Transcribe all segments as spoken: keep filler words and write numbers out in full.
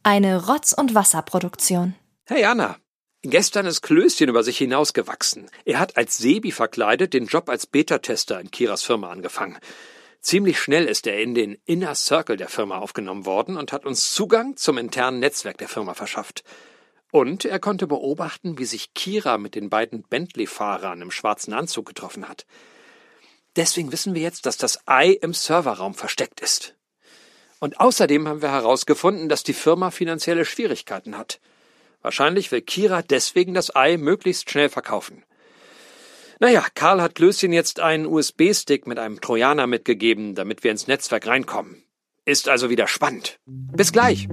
Eine Rotz- und Wasserproduktion. Hey Anna, gestern ist Klößchen über sich hinausgewachsen. Er hat als Sebi verkleidet den Job als Beta-Tester in Kiras Firma angefangen. Ziemlich schnell ist er in den Inner Circle der Firma aufgenommen worden und hat uns Zugang zum internen Netzwerk der Firma verschafft. Und er konnte beobachten, wie sich Kira mit den beiden Bentley-Fahrern im schwarzen Anzug getroffen hat. Deswegen wissen wir jetzt, dass das Ei im Serverraum versteckt ist. Und außerdem haben wir herausgefunden, dass die Firma finanzielle Schwierigkeiten hat. Wahrscheinlich will Kira deswegen das Ei möglichst schnell verkaufen. Naja, Karl hat Klößchen jetzt einen U S B-Stick mit einem Trojaner mitgegeben, damit wir ins Netzwerk reinkommen. Ist also wieder spannend. Bis gleich!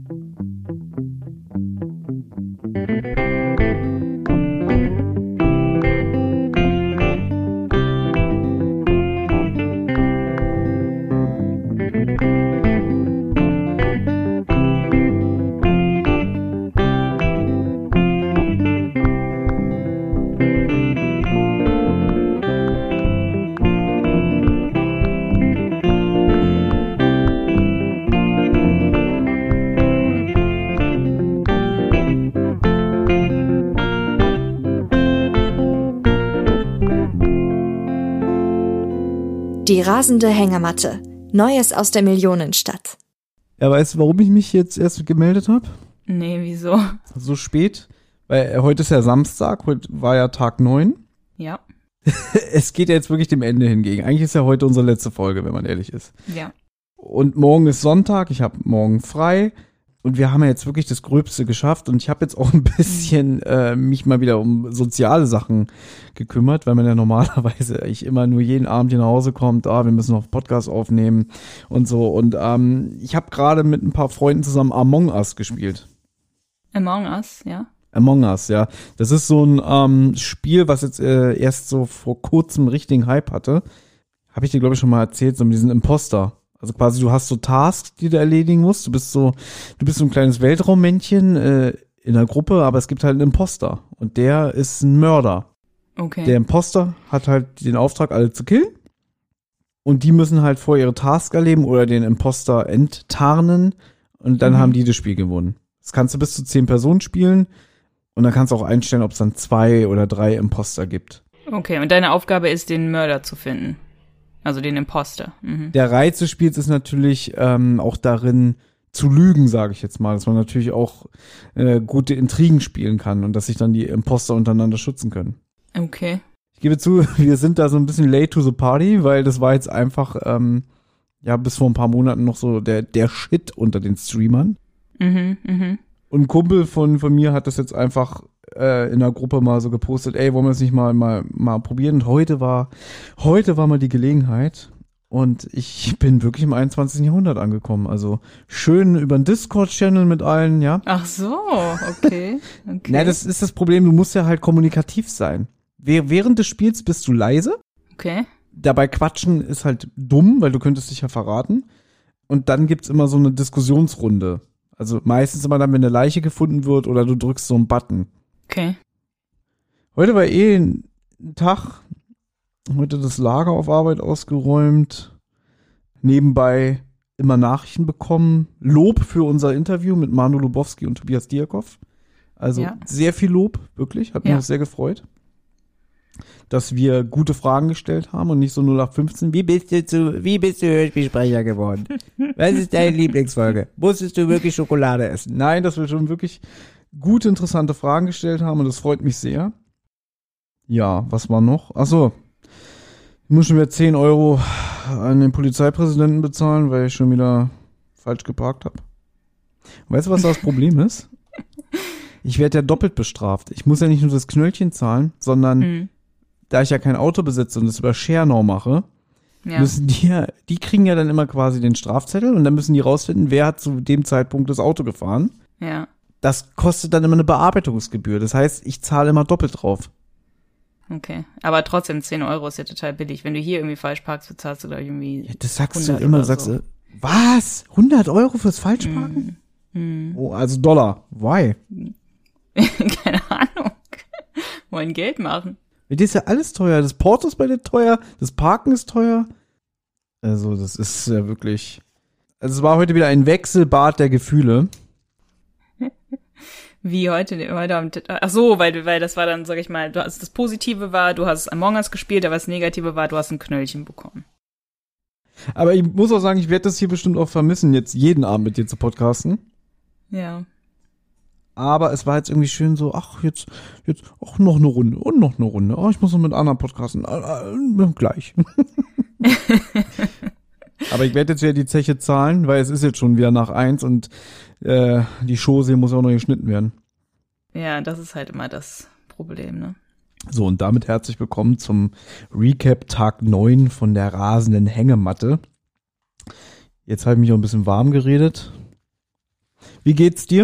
Die rasende Hängematte. Neues aus der Millionenstadt. Ja, weißt du, warum ich mich jetzt erst gemeldet habe? Nee, wieso? So spät? Weil äh, heute ist ja Samstag, heute war ja Tag neun. Ja. Es geht ja jetzt wirklich dem Ende hingegen. Eigentlich ist ja heute unsere letzte Folge, wenn man ehrlich ist. Ja. Und morgen ist Sonntag, ich habe morgen frei. Und wir haben ja jetzt wirklich das Gröbste geschafft. Und ich habe jetzt auch ein bisschen äh, mich mal wieder um soziale Sachen gekümmert, weil man ja normalerweise ich immer nur jeden Abend hier nach Hause kommt, ah, wir müssen noch Podcast aufnehmen und so. Und ähm, ich habe gerade mit ein paar Freunden zusammen Among Us gespielt. Among Us, ja. Among Us, ja. Das ist so ein ähm, Spiel, was jetzt äh, erst so vor kurzem richtigen Hype hatte. Habe ich dir, glaube ich, schon mal erzählt, so mit diesem Imposter. Also quasi, du hast so Tasks, die du erledigen musst. Du bist so, du bist so ein kleines Weltraummännchen äh, in einer Gruppe, aber es gibt halt einen Imposter. Und der ist ein Mörder. Okay. Der Imposter hat halt den Auftrag, alle zu killen. Und die müssen halt vor ihre Task erleben oder den Imposter enttarnen. Und dann mhm. haben die das Spiel gewonnen. Das kannst du bis zu zehn Personen spielen. Und dann kannst du auch einstellen, ob es dann zwei oder drei Imposter gibt. Okay, und deine Aufgabe ist, den Mörder zu finden. Also den Imposter. Mhm. Der Reiz des Spiels ist natürlich ähm, auch darin, zu lügen, sage ich jetzt mal. Dass man natürlich auch äh, gute Intrigen spielen kann und dass sich dann die Imposter untereinander schützen können. Okay. Ich gebe zu, wir sind da so ein bisschen late to the party, weil das war jetzt einfach, ähm, ja, bis vor ein paar Monaten noch so der, der Shit unter den Streamern. Mhm, mhm. Und ein Kumpel von, von mir hat das jetzt einfach äh, in der Gruppe mal so gepostet, ey, wollen wir das nicht mal, mal, mal probieren? Und heute war, heute war mal die Gelegenheit und ich bin wirklich im einundzwanzigsten Jahrhundert angekommen. Also schön über den Discord-Channel mit allen, ja. Ach so, okay. okay. Na, das ist das Problem, du musst ja halt kommunikativ sein. Während des Spiels bist du leise. Okay. Dabei quatschen ist halt dumm, weil du könntest dich ja verraten. Und dann gibt's immer so eine Diskussionsrunde. Also meistens immer dann, wenn eine Leiche gefunden wird oder du drückst so einen Button. Okay. Heute war eh ein Tag, heute das Lager auf Arbeit ausgeräumt, nebenbei immer Nachrichten bekommen, Lob für unser Interview mit Manu Lubowski und Tobias Diakov. Also ja. sehr viel Lob, wirklich, hat mich ja. auch sehr gefreut, dass wir gute Fragen gestellt haben und nicht so null acht fünfzehn. Wie bist du zu, wie bist du Hörspielsprecher geworden? Was ist deine Lieblingsfolge? Musstest du wirklich Schokolade essen? Nein, dass wir schon wirklich gute, interessante Fragen gestellt haben und das freut mich sehr. Ja, was war noch? Ach so, ich muss schon wieder zehn Euro an den Polizeipräsidenten bezahlen, weil ich schon wieder falsch geparkt habe. Weißt du, was das Problem ist? Ich werde ja doppelt bestraft. Ich muss ja nicht nur das Knöllchen zahlen, sondern mhm. da ich ja kein Auto besitze und das über ShareNow mache, ja. müssen die ja, die kriegen ja dann immer quasi den Strafzettel und dann müssen die rausfinden, wer hat zu dem Zeitpunkt das Auto gefahren. Ja. Das kostet dann immer eine Bearbeitungsgebühr. Das heißt, ich zahle immer doppelt drauf. Okay. Aber trotzdem, zehn Euro ist ja total billig. Wenn du hier irgendwie falsch parkst, bezahlst du da irgendwie. Ja, das sagst du immer, sagst du, so. Was? hundert Euro fürs Falschparken? Mm. Mm. Oh, also Dollar. Why? Keine Ahnung. Wollen Geld machen. Das ist ja alles teuer. Das Porto ist bei dir teuer, das Parken ist teuer. Also, das ist ja wirklich. Also, es war heute wieder ein Wechselbad der Gefühle. Wie heute, heute am, ach so, weil, weil das war dann, sag ich mal, du, also das Positive war, du hast Among Us gespielt, aber das Negative war, du hast ein Knöllchen bekommen. Aber ich muss auch sagen, ich werde das hier bestimmt auch vermissen, jetzt jeden Abend mit dir zu podcasten. Ja. Aber es war jetzt irgendwie schön so, ach, jetzt, jetzt, ach, noch eine Runde und noch eine Runde. Ach, ich muss noch mit anderen podcasten. Äh, äh, gleich. Aber ich werde jetzt wieder die Zeche zahlen, weil es ist jetzt schon wieder nach eins und äh, die Chose muss auch noch geschnitten werden. Ja, das ist halt immer das Problem, ne? So, und damit herzlich willkommen zum Recap Tag neun von der rasenden Hängematte. Jetzt habe ich mich auch ein bisschen warm geredet. Wie geht's dir?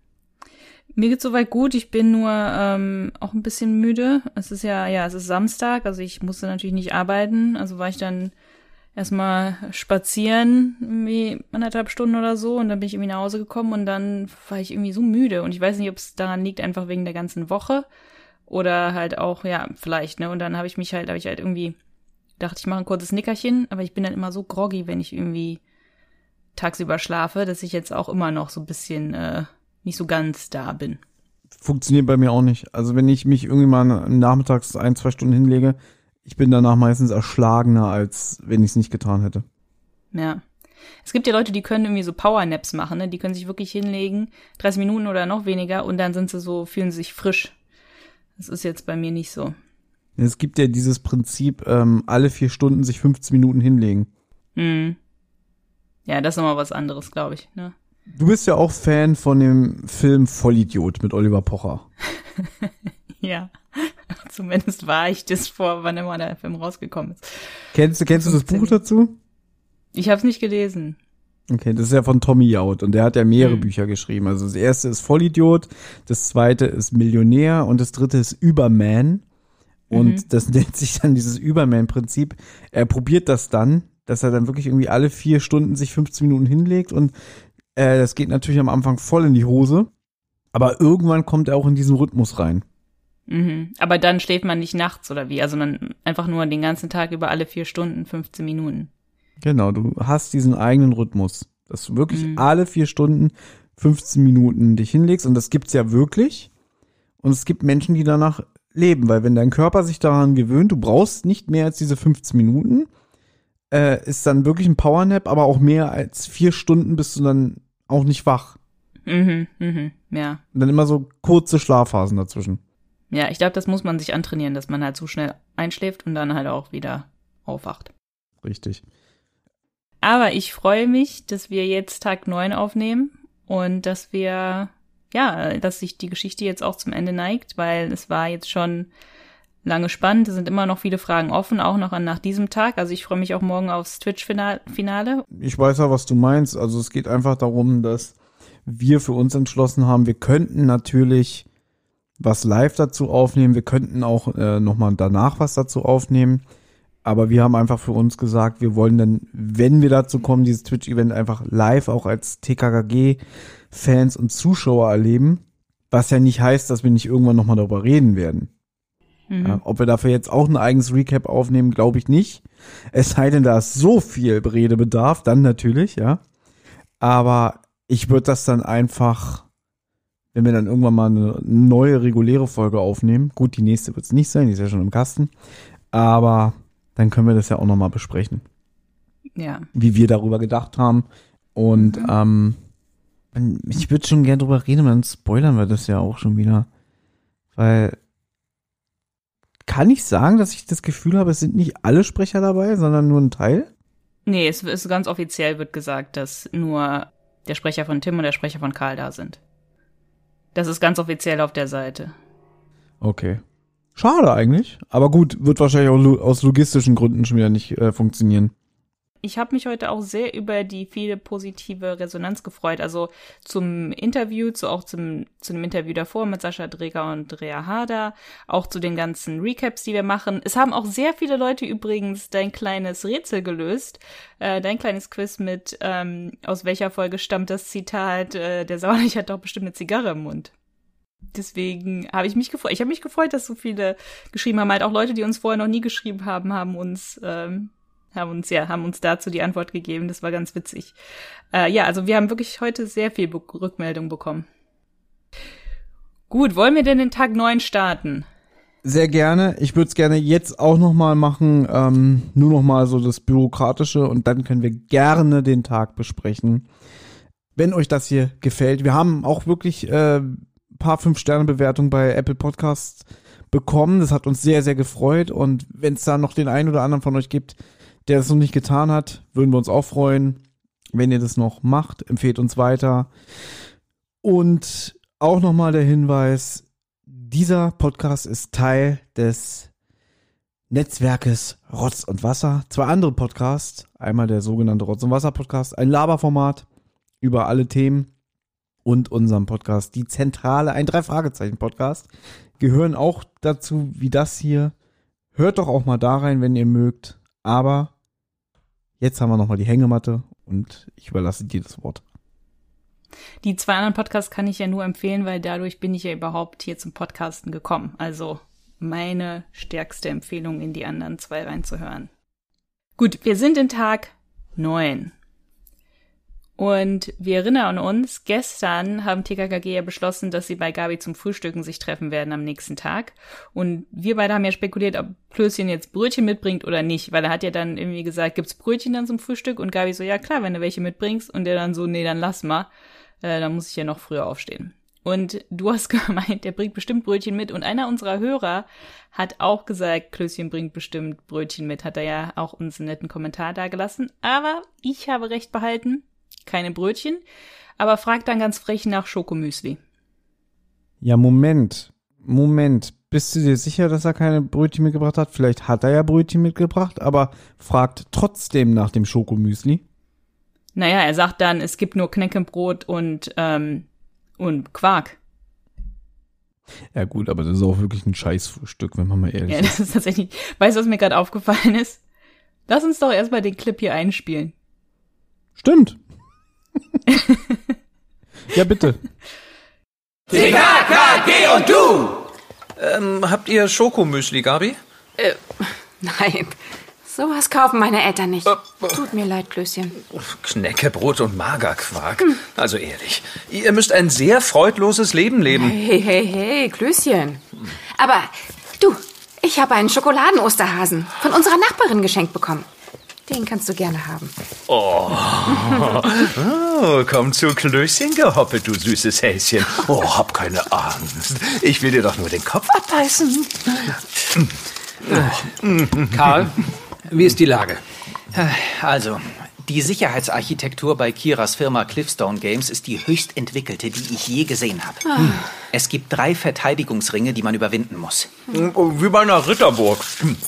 Mir geht's soweit gut, ich bin nur ähm, auch ein bisschen müde. Es ist ja, ja, es ist Samstag, also ich musste natürlich nicht arbeiten, also war ich dann erstmal spazieren, irgendwie anderthalb Stunden oder so, und dann bin ich irgendwie nach Hause gekommen und dann war ich irgendwie so müde und ich weiß nicht, ob es daran liegt, einfach wegen der ganzen Woche oder halt auch, ja, vielleicht, ne, und dann habe ich mich halt, habe ich halt irgendwie gedacht, ich mache ein kurzes Nickerchen, aber ich bin dann immer so groggy, wenn ich irgendwie tagsüber schlafe, dass ich jetzt auch immer noch so ein bisschen äh, nicht so ganz da bin. Funktioniert bei mir auch nicht. Also wenn ich mich irgendwie mal nachmittags ein, zwei Stunden hinlege, ich bin danach meistens erschlagener, als wenn ich es nicht getan hätte. Ja. Es gibt ja Leute, die können irgendwie so Powernaps machen, ne? Die können sich wirklich hinlegen, dreißig Minuten oder noch weniger, und dann sind sie so, fühlen sich frisch. Das ist jetzt bei mir nicht so. Es gibt ja dieses Prinzip, ähm, alle vier Stunden sich fünfzehn Minuten hinlegen. Mhm. Ja, das ist nochmal was anderes, glaube ich, ne? Du bist ja auch Fan von dem Film Vollidiot mit Oliver Pocher. Ja, zumindest war ich das vor, wann immer der Film rausgekommen ist. Kennst du, kennst du das Buch dazu? Ich habe es nicht gelesen. Okay, das ist ja von Tommy Jaud und der hat ja mehrere Mhm. Bücher geschrieben. Also das erste ist Vollidiot, das zweite ist Millionär und das dritte ist Überman. Und Mhm. das nennt sich dann dieses Überman-Prinzip. Er probiert das dann, dass er dann wirklich irgendwie alle vier Stunden sich fünfzehn Minuten hinlegt und äh, das geht natürlich am Anfang voll in die Hose. Aber irgendwann kommt er auch in diesen Rhythmus rein. Mhm. Aber dann schläft man nicht nachts oder wie? Also man einfach nur den ganzen Tag über alle vier Stunden, fünfzehn Minuten. Genau, du hast diesen eigenen Rhythmus, dass du wirklich Mhm. alle vier Stunden fünfzehn Minuten dich hinlegst und das gibt's ja wirklich. Und es gibt Menschen, die danach leben, weil wenn dein Körper sich daran gewöhnt, du brauchst nicht mehr als diese fünfzehn Minuten, äh, ist dann wirklich ein Powernap, aber auch mehr als vier Stunden bist du dann auch nicht wach. Mhm, mhm, ja. Und dann immer so kurze Schlafphasen dazwischen. Ja, ich glaube, das muss man sich antrainieren, dass man halt so schnell einschläft und dann halt auch wieder aufwacht. Richtig. Aber ich freue mich, dass wir jetzt Tag neun aufnehmen und dass wir, ja, dass sich die Geschichte jetzt auch zum Ende neigt, weil es war jetzt schon lange spannend. Es sind immer noch viele Fragen offen, auch noch an, nach diesem Tag. Also ich freue mich auch morgen aufs Twitch-Finale. Ich weiß ja, was du meinst. Also es geht einfach darum, dass wir für uns entschlossen haben, wir könnten natürlich was live dazu aufnehmen. Wir könnten auch äh, nochmal danach was dazu aufnehmen. Aber wir haben einfach für uns gesagt, wir wollen dann, wenn wir dazu kommen, dieses Twitch-Event einfach live auch als T K K G-Fans und Zuschauer erleben. Was ja nicht heißt, dass wir nicht irgendwann nochmal darüber reden werden. Mhm. Ja, ob wir dafür jetzt auch ein eigenes Recap aufnehmen, glaube ich nicht. Es sei denn, da ist so viel Redebedarf, dann natürlich, ja. Aber ich würde das dann einfach, wenn wir dann irgendwann mal eine neue reguläre Folge aufnehmen, gut, die nächste wird es nicht sein, die ist ja schon im Kasten, aber dann können wir das ja auch nochmal besprechen, Ja. wie wir darüber gedacht haben. Und Mhm. ähm, ich würde schon gern drüber reden, dann spoilern wir das ja auch schon wieder. Weil, kann ich sagen, dass ich das Gefühl habe, es sind nicht alle Sprecher dabei, sondern nur ein Teil? Nee, es ist ganz offiziell wird gesagt, dass nur der Sprecher von Tim und der Sprecher von Karl da sind. Das ist ganz offiziell auf der Seite. Okay. Schade eigentlich. Aber gut, wird wahrscheinlich auch lo- aus logistischen Gründen schon wieder nicht äh, funktionieren. Ich habe mich heute auch sehr über die viele positive Resonanz gefreut. Also zum Interview, zu, auch zum, zu dem Interview davor mit Sascha Dreger und Rea Harder, auch zu den ganzen Recaps, die wir machen. Es haben auch sehr viele Leute übrigens dein kleines Rätsel gelöst, äh, dein kleines Quiz mit, ähm, aus welcher Folge stammt das Zitat, äh, der Sauerlich hat doch bestimmt eine Zigarre im Mund. Deswegen habe ich mich gefreut. Ich habe mich gefreut, dass so viele geschrieben haben. Halt auch Leute, die uns vorher noch nie geschrieben haben, haben uns, ähm, haben uns ja, haben uns dazu die Antwort gegeben. Das war ganz witzig. Äh, ja, also wir haben wirklich heute sehr viel Be- Rückmeldung bekommen. Gut, wollen wir denn den Tag neun starten? Sehr gerne. Ich würde es gerne jetzt auch nochmal machen, ähm, nur nochmal so das Bürokratische und dann können wir gerne den Tag besprechen. Wenn euch das hier gefällt. Wir haben auch wirklich äh, ein paar fünf-Sterne-Bewertungen bei Apple Podcasts bekommen. Das hat uns sehr, sehr gefreut und wenn es da noch den einen oder anderen von euch gibt, der das noch nicht getan hat, würden wir uns auch freuen, wenn ihr das noch macht. Empfehlt uns weiter. Und auch nochmal der Hinweis, dieser Podcast ist Teil des Netzwerkes Rotz und Wasser. Zwei andere Podcasts, einmal der sogenannte Rotz und Wasser Podcast, ein Laberformat über alle Themen und unserem Podcast, die Zentrale, ein Drei-Fragezeichen-Podcast, gehören auch dazu wie das hier. Hört doch auch mal da rein, wenn ihr mögt. Aber jetzt haben wir nochmal die Hängematte und ich überlasse dir das Wort. Die zwei anderen Podcasts kann ich ja nur empfehlen, weil dadurch bin ich ja überhaupt hier zum Podcasten gekommen. Also meine stärkste Empfehlung, in die anderen zwei reinzuhören. Gut, wir sind in Tag neun. Und wir erinnern uns, gestern haben T K K G ja beschlossen, dass sie bei Gabi zum Frühstücken sich treffen werden am nächsten Tag. Und wir beide haben ja spekuliert, ob Klößchen jetzt Brötchen mitbringt oder nicht. Weil er hat ja dann irgendwie gesagt, gibt's Brötchen dann zum Frühstück? Und Gabi so, ja klar, wenn du welche mitbringst. Und der dann so, nee, dann lass mal. Äh, dann muss ich ja noch früher aufstehen. Und du hast gemeint, der bringt bestimmt Brötchen mit. Und einer unserer Hörer hat auch gesagt, Klößchen bringt bestimmt Brötchen mit. Hat er ja auch uns einen netten Kommentar dagelassen. Aber ich habe recht behalten. Keine Brötchen, aber fragt dann ganz frech nach Schokomüsli. Ja, Moment, Moment. Bist du dir sicher, dass er keine Brötchen mitgebracht hat? Vielleicht hat er ja Brötchen mitgebracht, aber fragt trotzdem nach dem Schokomüsli. Naja, er sagt dann, es gibt nur Knäckebrot und, ähm, und Quark. Ja gut, aber das ist auch wirklich ein Scheißfrühstück, wenn man mal ehrlich ja, ist. Ja, das ist tatsächlich, weißt du, was mir gerade aufgefallen ist? Lass uns doch erstmal den Clip hier einspielen. Stimmt. Ja, bitte. T K K G und du! Ähm, habt ihr Schokomüsli, Gabi? Äh, nein. Sowas kaufen meine Eltern nicht. Tut mir leid, Klößchen. Knäckebrot und Magerquark. Hm. Also ehrlich, ihr müsst ein sehr freudloses Leben leben. Hey, hey, hey, Klößchen. Aber du, ich habe einen Schokoladen-Osterhasen von unserer Nachbarin geschenkt bekommen. Den kannst du gerne haben. Oh, oh komm zu Klößchen gehoppelt, du süßes Häschen. Oh, hab keine Angst. Ich will dir doch nur den Kopf abbeißen. Karl, wie ist die Lage? Also, die Sicherheitsarchitektur bei Kiras Firma Cliffstone Games ist die höchst entwickelte, die ich je gesehen habe. Ah. Es gibt drei Verteidigungsringe, die man überwinden muss. Wie bei einer Ritterburg.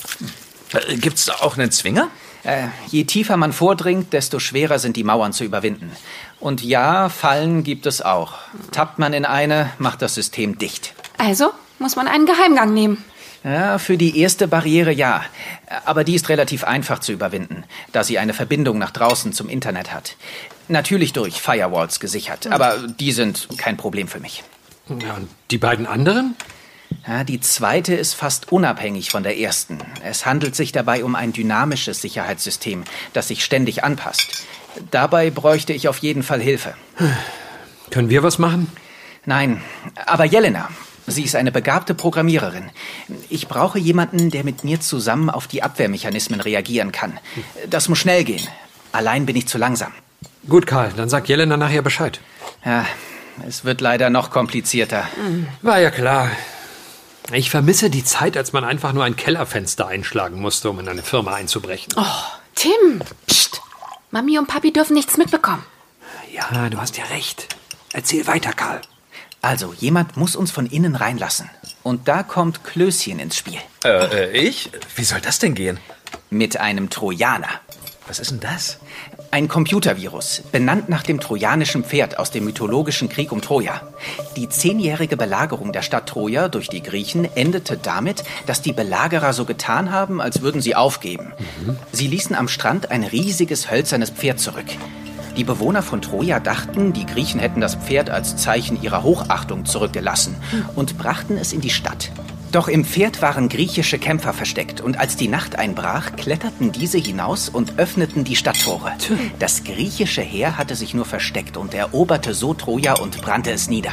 Gibt's da auch einen Zwinger? Äh, je tiefer man vordringt, desto schwerer sind die Mauern zu überwinden. Und ja, Fallen gibt es auch. Tappt man in eine, macht das System dicht. Also muss man einen Geheimgang nehmen. Ja, für die erste Barriere ja. Aber die ist relativ einfach zu überwinden, da sie eine Verbindung nach draußen zum Internet hat. Natürlich durch Firewalls gesichert, aber die sind kein Problem für mich. Ja, und die beiden anderen? Ja, die zweite ist fast unabhängig von der ersten. Es handelt sich dabei um ein dynamisches Sicherheitssystem, das sich ständig anpasst. Dabei bräuchte ich auf jeden Fall Hilfe. Können wir was machen? Nein, aber Jelena, sie ist eine begabte Programmiererin. Ich brauche jemanden, der mit mir zusammen auf die Abwehrmechanismen reagieren kann. Das muss schnell gehen. Allein bin ich zu langsam. Gut, Karl, dann sag Jelena nachher Bescheid. Ja, es wird leider noch komplizierter. War ja klar. Ich vermisse die Zeit, als man einfach nur ein Kellerfenster einschlagen musste, um in eine Firma einzubrechen. Oh, Tim! Psst! Mami und Papi dürfen nichts mitbekommen. Ja, du hast ja recht. Erzähl weiter, Karl. Also, jemand muss uns von innen reinlassen. Und da kommt Klößchen ins Spiel. Äh, ich? Wie soll das denn gehen? Mit einem Trojaner. Was ist denn das? Ein Computervirus, benannt nach dem trojanischen Pferd aus dem mythologischen Krieg um Troja. Die zehnjährige Belagerung der Stadt Troja durch die Griechen endete damit, dass die Belagerer so getan haben, als würden sie aufgeben. Mhm. Sie ließen am Strand ein riesiges hölzernes Pferd zurück. Die Bewohner von Troja dachten, die Griechen hätten das Pferd als Zeichen ihrer Hochachtung zurückgelassen und brachten es in die Stadt. Doch im Pferd waren griechische Kämpfer versteckt und als die Nacht einbrach, kletterten diese hinaus und öffneten die Stadttore. Das griechische Heer hatte sich nur versteckt und eroberte so Troja und brannte es nieder.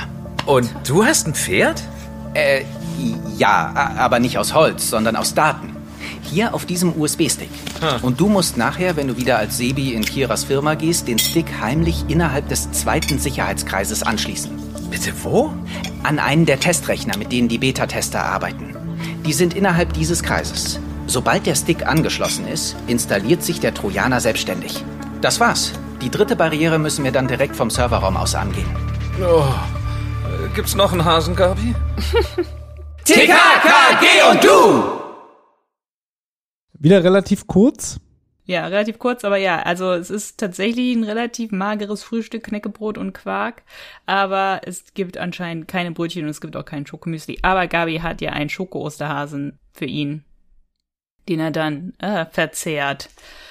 Und du hast ein Pferd? Äh, ja, aber nicht aus Holz, sondern aus Daten. Hier auf diesem U S B-Stick. Ah. Und du musst nachher, wenn du wieder als Sebi in Kiras Firma gehst, den Stick heimlich innerhalb des zweiten Sicherheitskreises anschließen. Bitte wo? An einen der Testrechner, mit denen die Beta-Tester arbeiten. Die sind innerhalb dieses Kreises. Sobald der Stick angeschlossen ist, installiert sich der Trojaner selbstständig. Das war's. Die dritte Barriere müssen wir dann direkt vom Serverraum aus angehen. Oh, äh, gibt's noch einen Hasen, Gabi? T K K G und du! Wieder relativ kurz. Ja, relativ kurz, aber ja, also es ist tatsächlich ein relativ mageres Frühstück, Knäckebrot und Quark, aber es gibt anscheinend keine Brötchen und es gibt auch kein Schokomüsli. Aber Gabi hat ja einen Schoko-Osterhasen für ihn, den er dann äh, verzehrt.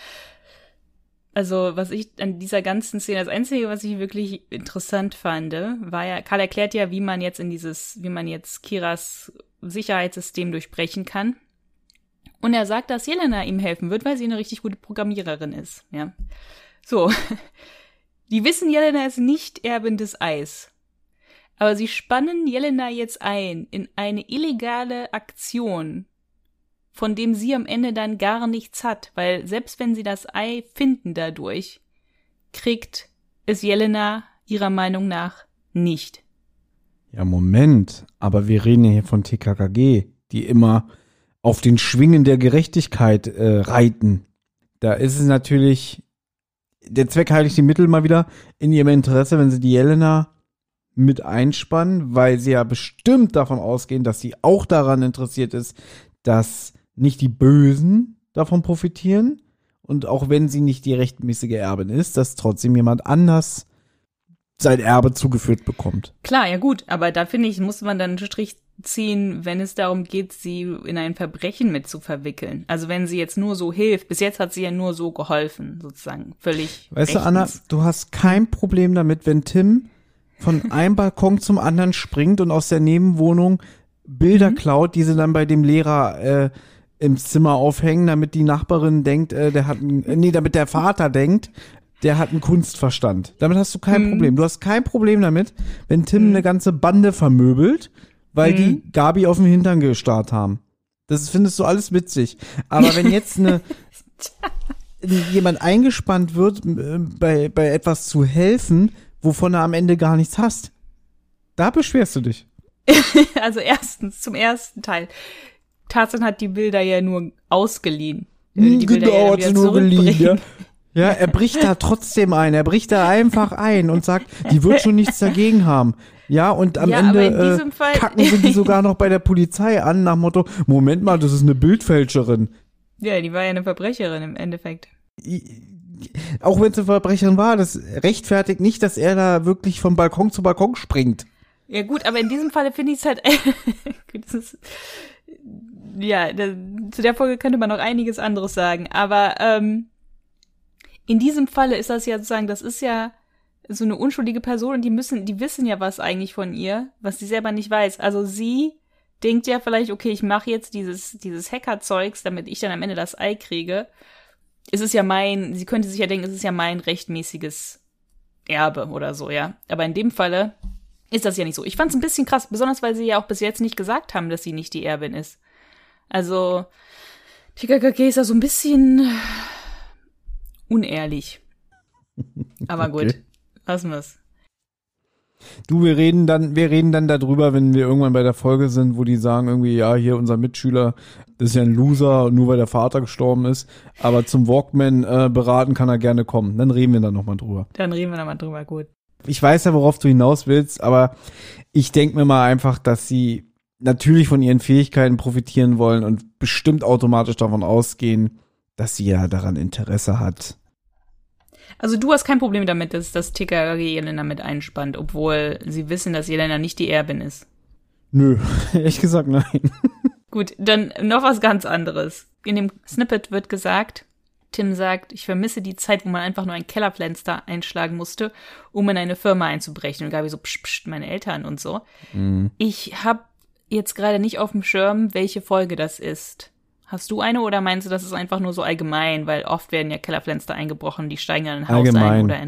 Also, was ich an dieser ganzen Szene, das Einzige, was ich wirklich interessant fand, war ja, Karl erklärt ja, wie man jetzt in dieses, wie man jetzt Kiras Sicherheitssystem durchbrechen kann. Und er sagt, dass Jelena ihm helfen wird, weil sie eine richtig gute Programmiererin ist, ja. So. Die wissen, Jelena ist nicht Erbin des Eis. Aber sie spannen Jelena jetzt ein in eine illegale Aktion, von dem sie am Ende dann gar nichts hat, weil selbst wenn sie das Ei finden dadurch, kriegt es Jelena ihrer Meinung nach nicht. Ja, Moment, aber wir reden ja hier von T K K G, die immer auf den Schwingen der Gerechtigkeit äh, reiten. Da ist es natürlich, der Zweck heiligt die Mittel mal wieder, in ihrem Interesse, wenn sie die Jelena mit einspannen, weil sie ja bestimmt davon ausgehen, dass sie auch daran interessiert ist, dass nicht die Bösen davon profitieren und auch wenn sie nicht die rechtmäßige Erbin ist, dass trotzdem jemand anders sein Erbe zugeführt bekommt. Klar, ja gut, aber da finde ich, muss man dann einen Strich ziehen, wenn es darum geht, sie in ein Verbrechen mit zu verwickeln. Also wenn sie jetzt nur so hilft, bis jetzt hat sie ja nur so geholfen, sozusagen, völlig Weißt rechtens. du, Anna, du hast kein Problem damit, wenn Tim von einem Balkon zum anderen springt und aus der Nebenwohnung Bilder Mhm. klaut, die sie dann bei dem Lehrer äh, im Zimmer aufhängen, damit die Nachbarin denkt, äh, der hat einen, äh, nee, damit der Vater denkt, der hat einen Kunstverstand. Damit hast du kein Mhm. Problem. Du hast kein Problem damit, wenn Tim Mhm. eine ganze Bande vermöbelt, weil Mhm. die Gabi auf den Hintern gestarrt haben. Das findest du alles witzig. Aber wenn jetzt eine jemand eingespannt wird, äh, bei, bei etwas zu helfen, wovon er am Ende gar nichts hast, da beschwerst du dich. Also erstens, zum ersten Teil. Tarzan hat die Bilder ja nur ausgeliehen. Hm, Die Bilder genau, ja hat wieder sie nur geliehen, ja. zurückbringen. Ja, er bricht da trotzdem ein. Er bricht da einfach ein und sagt, die wird schon nichts dagegen haben. Ja, und am Ja, Ende aber in äh, diesem Fall- kacken sie die sogar noch bei der Polizei an, nach dem Motto, Moment mal, das ist eine Bildfälscherin. Ja, die war ja eine Verbrecherin im Endeffekt. Auch wenn es eine Verbrecherin war, das rechtfertigt nicht, dass er da wirklich von Balkon zu Balkon springt. Ja gut, aber in diesem Falle finde ich es halt, das ist, ja, da, zu der Folge könnte man noch einiges anderes sagen, aber ähm, in diesem Falle ist das ja sozusagen, das ist ja so eine unschuldige Person und die müssen, die wissen ja was eigentlich von ihr, was sie selber nicht weiß. Also sie denkt ja vielleicht, okay, ich mache jetzt dieses dieses Hackerzeugs, damit ich dann am Ende das Ei kriege. Es ist ja mein, sie könnte sich ja denken, es ist ja mein rechtmäßiges Erbe oder so, ja. Aber in dem Falle ist das ja nicht so. Ich fand es ein bisschen krass, besonders weil sie ja auch bis jetzt nicht gesagt haben, dass sie nicht die Erbin ist. Also T K K G ist da so ein bisschen unehrlich. Aber gut, Okay. lassen wir's. Du, wir reden dann, wir reden dann darüber, wenn wir irgendwann bei der Folge sind, wo die sagen irgendwie, ja, hier unser Mitschüler, das ist ja ein Loser, nur weil der Vater gestorben ist, aber zum Walkman äh, beraten kann er gerne kommen. Dann reden wir dann nochmal drüber. Dann reden wir nochmal drüber, gut. Ich weiß ja, worauf du hinaus willst, aber ich denke mir mal einfach, dass sie natürlich von ihren Fähigkeiten profitieren wollen und bestimmt automatisch davon ausgehen, dass sie ja daran Interesse hat. Also du hast kein Problem damit, dass das T K K G Jelena mit einspannt, obwohl sie wissen, dass Jelena nicht die Erbin ist. Nö, ehrlich gesagt nein. Gut, dann noch was ganz anderes. In dem Snippet wird gesagt, Tim sagt, ich vermisse die Zeit, wo man einfach nur ein Kellerfenster einschlagen musste, um in eine Firma einzubrechen. Und Gabi so, psch, psch, meine Eltern und so. Mhm. Ich habe jetzt gerade nicht auf dem Schirm, welche Folge das ist. Hast du eine oder meinst du, das ist einfach nur so allgemein, weil oft werden ja Kellerfenster eingebrochen, die steigen in ein Haus Allgemein. ein oder in eine...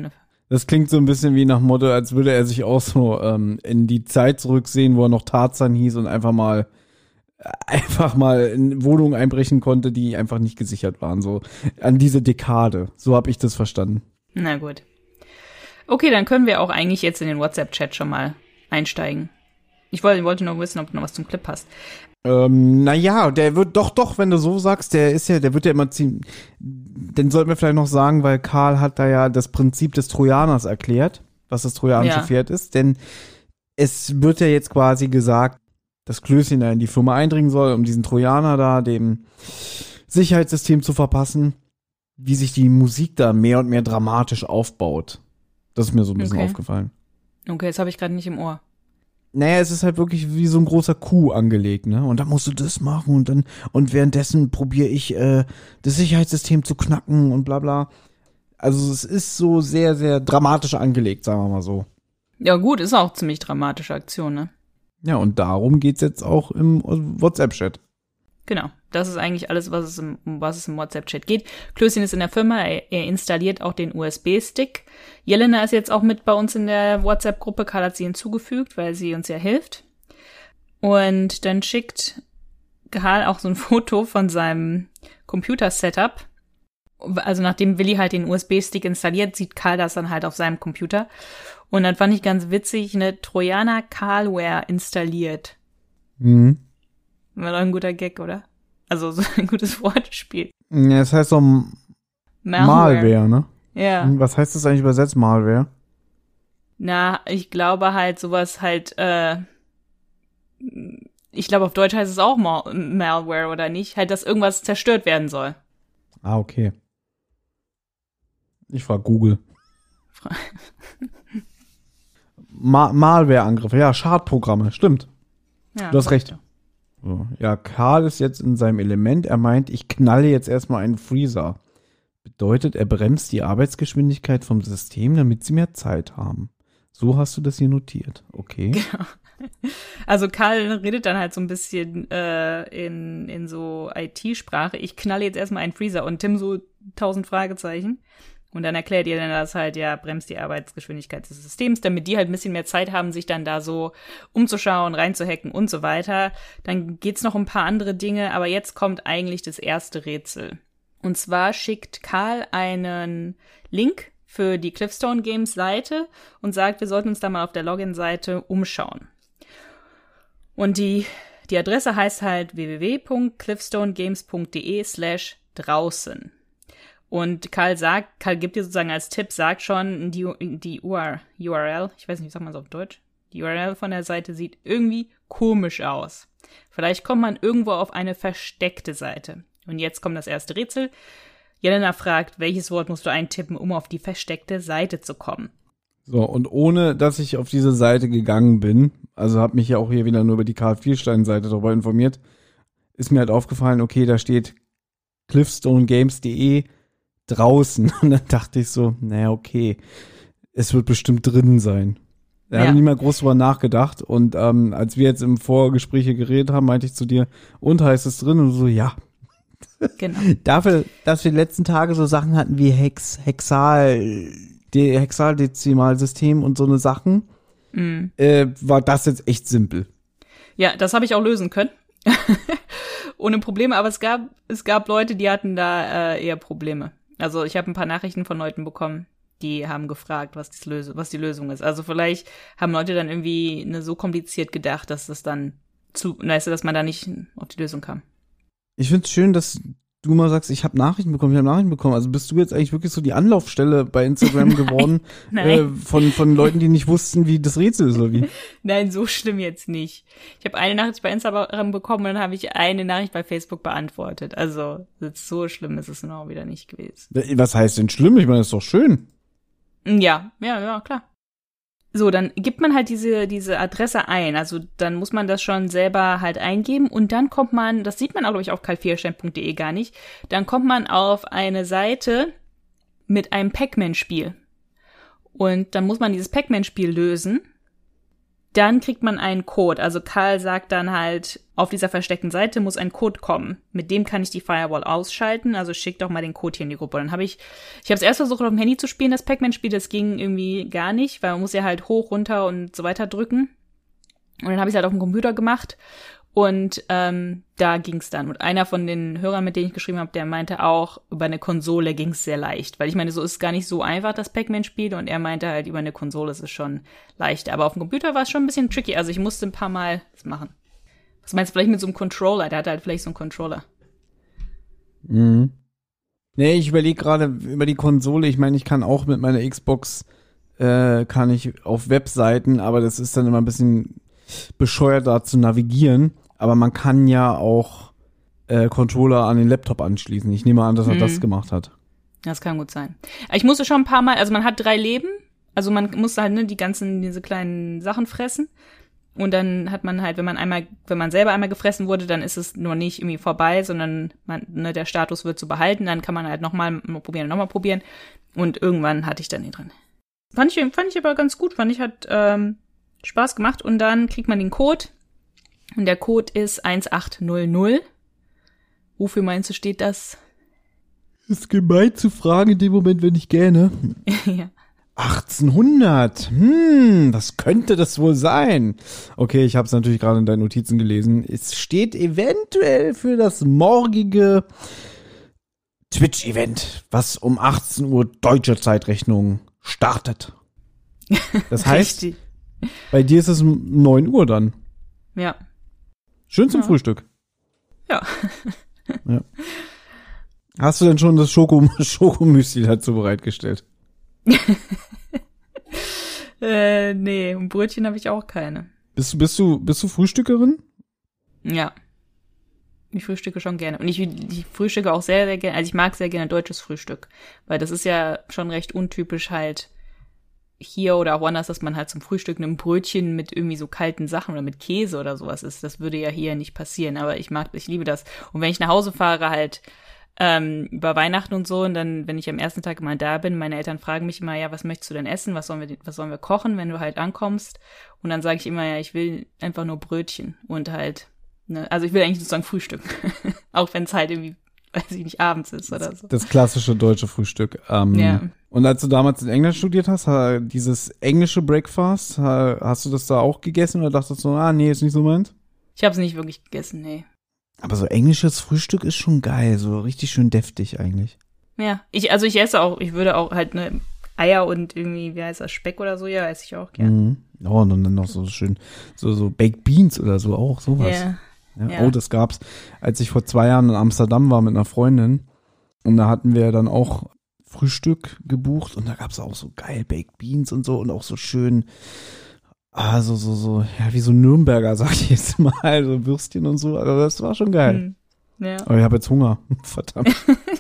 Das klingt so ein bisschen wie nach Motto, als würde er sich auch so ähm, in die Zeit zurücksehen, wo er noch Tarzan hieß und einfach mal einfach mal in Wohnungen einbrechen konnte, die einfach nicht gesichert waren. So an diese Dekade. So habe ich das verstanden. Na gut. Okay, dann können wir auch eigentlich jetzt in den WhatsApp-Chat schon mal einsteigen. Ich wollte, wollte nur wissen, ob du noch was zum Clip hast. Ähm, naja, der wird doch, doch, wenn du so sagst, der ist ja, der wird ja immer ziemlich, den sollten wir vielleicht noch sagen, weil Karl hat da ja das Prinzip des Trojaners erklärt, was das trojanische Ja. Pferd ist, denn es wird ja jetzt quasi gesagt, dass Klößchen da in die Firma eindringen soll, um diesen Trojaner da dem Sicherheitssystem zu verpassen, wie sich die Musik da mehr und mehr dramatisch aufbaut. Das ist mir so ein bisschen Okay. aufgefallen. Okay, das habe ich gerade nicht im Ohr. Naja, es ist halt wirklich wie so ein großer Coup angelegt, ne? Und dann musst du das machen und dann, und währenddessen probiere ich, äh, das Sicherheitssystem zu knacken und bla bla. Also es ist so sehr, sehr dramatisch angelegt, sagen wir mal so. Ja gut, ist auch ziemlich dramatische Aktion, ne? Ja, und darum geht's jetzt auch im WhatsApp-Chat. Genau, das ist eigentlich alles, was es im, um was es im WhatsApp-Chat geht. Klößchen ist in der Firma, er, er installiert auch den U S B-Stick. Jelena ist jetzt auch mit bei uns in der WhatsApp-Gruppe. Karl hat sie hinzugefügt, weil sie uns ja hilft. Und dann schickt Karl auch so ein Foto von seinem Computer-Setup. Also nachdem Willi halt den U S B-Stick installiert, sieht Karl das dann halt auf seinem Computer. Und dann fand ich ganz witzig, eine Trojaner Karlware installiert. Mhm. War doch ein guter Gag, oder? Also so ein gutes Wortspiel. Ja, das heißt so Malware, ne? Ja. Was heißt das eigentlich übersetzt, Malware? Na, ich glaube halt sowas halt, äh, ich glaube auf Deutsch heißt es auch Mal- Malware, oder nicht? Halt, dass irgendwas zerstört werden soll. Ah, okay. Ich frage Google. Ma- Malware-Angriffe, ja, Schadprogramme, stimmt. Ja, Du hast recht. So. Ja, Karl ist jetzt in seinem Element. Er meint, ich knalle jetzt erstmal einen Freezer. Bedeutet, er bremst die Arbeitsgeschwindigkeit vom System, damit sie mehr Zeit haben. So hast du das hier notiert. Okay. Also Karl redet dann halt so ein bisschen äh, in, in so I T-Sprache. Ich knalle jetzt erstmal einen Freezer und Tim so tausend Fragezeichen. Und dann erklärt ihr dann das halt, ja, bremst die Arbeitsgeschwindigkeit des Systems, damit die halt ein bisschen mehr Zeit haben, sich dann da so umzuschauen, reinzuhacken und so weiter. Dann geht's noch um ein paar andere Dinge, aber jetzt kommt eigentlich das erste Rätsel. Und zwar schickt Karl einen Link für die Cliffstone Games Seite und sagt, wir sollten uns da mal auf der Login-Seite umschauen. Und die, die Adresse heißt halt w w w punkt cliffstonegames punkt d e slash draußen. Und Karl sagt, Karl gibt dir sozusagen als Tipp, sagt schon, die, die U R L, ich weiß nicht, wie sagt man es auf Deutsch? Die U R L von der Seite sieht irgendwie komisch aus. Vielleicht kommt man irgendwo auf eine versteckte Seite. Und jetzt kommt das erste Rätsel. Jelena fragt, welches Wort musst du eintippen, um auf die versteckte Seite zu kommen? So, und ohne, dass ich auf diese Seite gegangen bin, also habe mich ja auch hier wieder nur über die Karl Vielstein-Seite darüber informiert, ist mir halt aufgefallen, okay, da steht cliffstonegames punkt d e draußen. Und dann dachte ich so, naja, okay, es wird bestimmt drin sein. Da Ja. habe ich nicht mal groß drüber nachgedacht. Und ähm, als wir jetzt im Vorgespräch hier geredet haben, meinte ich zu dir, und heißt es drin? Und so, ja. Genau. Dafür, dass wir die letzten Tage so Sachen hatten wie Hex, Hexal, die Hexadezimalsystem und so eine Sachen, Mm. äh, war das jetzt echt simpel. Ja, das habe ich auch lösen können. Ohne Probleme, aber es gab, es gab Leute, die hatten da äh, eher Probleme. Also ich habe ein paar Nachrichten von Leuten bekommen, die haben gefragt, was, das Löse, was die Lösung ist. Also vielleicht haben Leute dann irgendwie ne, so kompliziert gedacht, dass das dann zu, weißt du, dass man da nicht auf die Lösung kam. Ich find's schön, dass du mal sagst, ich habe Nachrichten bekommen, ich habe Nachrichten bekommen. Also bist du jetzt eigentlich wirklich so die Anlaufstelle bei Instagram geworden nein. Äh, von von Leuten, die nicht wussten, wie das Rätsel ist oder wie? Nein, so schlimm jetzt nicht. Ich habe eine Nachricht bei Instagram bekommen und dann habe ich eine Nachricht bei Facebook beantwortet. Also so schlimm ist es nun auch wieder nicht gewesen. Was heißt denn schlimm? Ich meine, das ist doch schön. Ja, ja, ja, klar. So, dann gibt man halt diese, diese Adresse ein. Also dann muss man das schon selber halt eingeben und dann kommt man, das sieht man auch, glaube ich, auf karl vielstein punkt d e gar nicht, dann kommt man auf eine Seite mit einem Pac-Man-Spiel. Und dann muss man dieses Pac-Man-Spiel lösen. dann kriegt man einen Code. Also Karl sagt dann halt, auf dieser versteckten Seite muss ein Code kommen. Mit dem kann ich die Firewall ausschalten. Also schick doch mal den Code hier in die Gruppe. Dann habe ich, ich habe es erst versucht, auf dem Handy zu spielen, das Pac-Man-Spiel. Das ging irgendwie gar nicht, weil man muss ja halt hoch, runter und so weiter drücken. Und dann habe ich es halt auf dem Computer gemacht. Und ähm, da ging's dann. Und einer von den Hörern, mit denen ich geschrieben habe, der meinte auch, über eine Konsole ging's sehr leicht. Weil ich meine, so ist es gar nicht so einfach, das Pac-Man-Spiel. Und er meinte halt, über eine Konsole ist es schon leichter. Aber auf dem Computer war es schon ein bisschen tricky. Also ich musste ein paar Mal das machen. Was meinst du vielleicht mit so einem Controller? Der hatte halt vielleicht so einen Controller. Mhm. Nee, ich überlege gerade über die Konsole. Ich meine, ich kann auch mit meiner Xbox, äh, kann ich auf Webseiten, aber das ist dann immer ein bisschen bescheuert, da zu navigieren. Aber man kann ja auch äh, Controller an den Laptop anschließen. Ich nehme an, dass er mhm. das gemacht hat. Das kann gut sein. Ich musste schon ein paar Mal, also man hat drei Leben. Also man musste halt ne, die ganzen, diese kleinen Sachen fressen. Und dann hat man halt, wenn man einmal, wenn man selber einmal gefressen wurde, dann ist es nur nicht irgendwie vorbei, sondern man, ne, der Status wird so behalten. Dann kann man halt nochmal probieren, nochmal probieren. Und irgendwann hatte ich dann den drin. Fand ich, fand ich aber ganz gut. Fand ich, hat ähm, Spaß gemacht. Und dann kriegt man den Code. Und der Code ist eins acht null null. Wofür meinst du, steht das? Ist gemein zu fragen in dem Moment, wenn ich gähne. Ja. achtzehnhundert. Hm, was könnte das wohl sein? Okay, ich habe es natürlich gerade in deinen Notizen gelesen. Es steht eventuell für das morgige Twitch-Event, was um achtzehn Uhr deutsche Zeitrechnung startet. Das heißt, Richtig. Bei dir ist es um neun Uhr dann. Ja. Schön zum Ja. Frühstück. Ja. Ja. Hast du denn schon das Schoko- Schokomüsli dazu bereitgestellt? äh, nee, und Brötchen habe ich auch keine. Bist du, bist du, bist du Frühstückerin? Ja. Ich frühstücke schon gerne. Und ich, ich frühstücke auch sehr, sehr gerne, also ich mag sehr gerne deutsches Frühstück. Weil das ist ja schon recht untypisch halt hier oder auch woanders, dass man halt zum Frühstück ein Brötchen mit irgendwie so kalten Sachen oder mit Käse oder sowas isst. Das würde ja hier nicht passieren. Aber ich mag, ich liebe das. Und wenn ich nach Hause fahre halt ähm, über Weihnachten und so und dann, wenn ich am ersten Tag mal da bin, meine Eltern fragen mich immer, ja, was möchtest du denn essen? Was sollen wir, was sollen wir kochen, wenn du halt ankommst? Und dann sage ich immer, ja, ich will einfach nur Brötchen und halt, ne, also ich will eigentlich sozusagen Frühstück. Auch wenn es halt irgendwie, weiß ich nicht, abends ist oder so. Das klassische deutsche Frühstück. Ähm, Ja. Und als du damals in England studiert hast, ha- dieses englische Breakfast, ha- hast du das da auch gegessen oder dachtest du, ah, nee, ist nicht so meins? Ich habe es nicht wirklich gegessen, nee. Aber so englisches Frühstück ist schon geil, so richtig schön deftig eigentlich. Ja, ich, also ich esse auch, ich würde auch halt ne Eier und irgendwie, wie heißt das, Speck oder so, ja, esse ich auch gerne. Mhm. Oh, und dann noch so schön, so, so Baked Beans oder so, auch sowas. Ja. Ja, Ja. Oh, das gab's, als ich vor zwei Jahren in Amsterdam war mit einer Freundin. Und da hatten wir dann auch Frühstück gebucht und da gab's auch so geil Baked Beans und so und auch so schön, ah, so, so, so, ja, wie so Nürnberger, sag ich jetzt mal, so Würstchen und so. Also das war schon geil. Hm. Ja. Aber ich habe jetzt Hunger. Verdammt.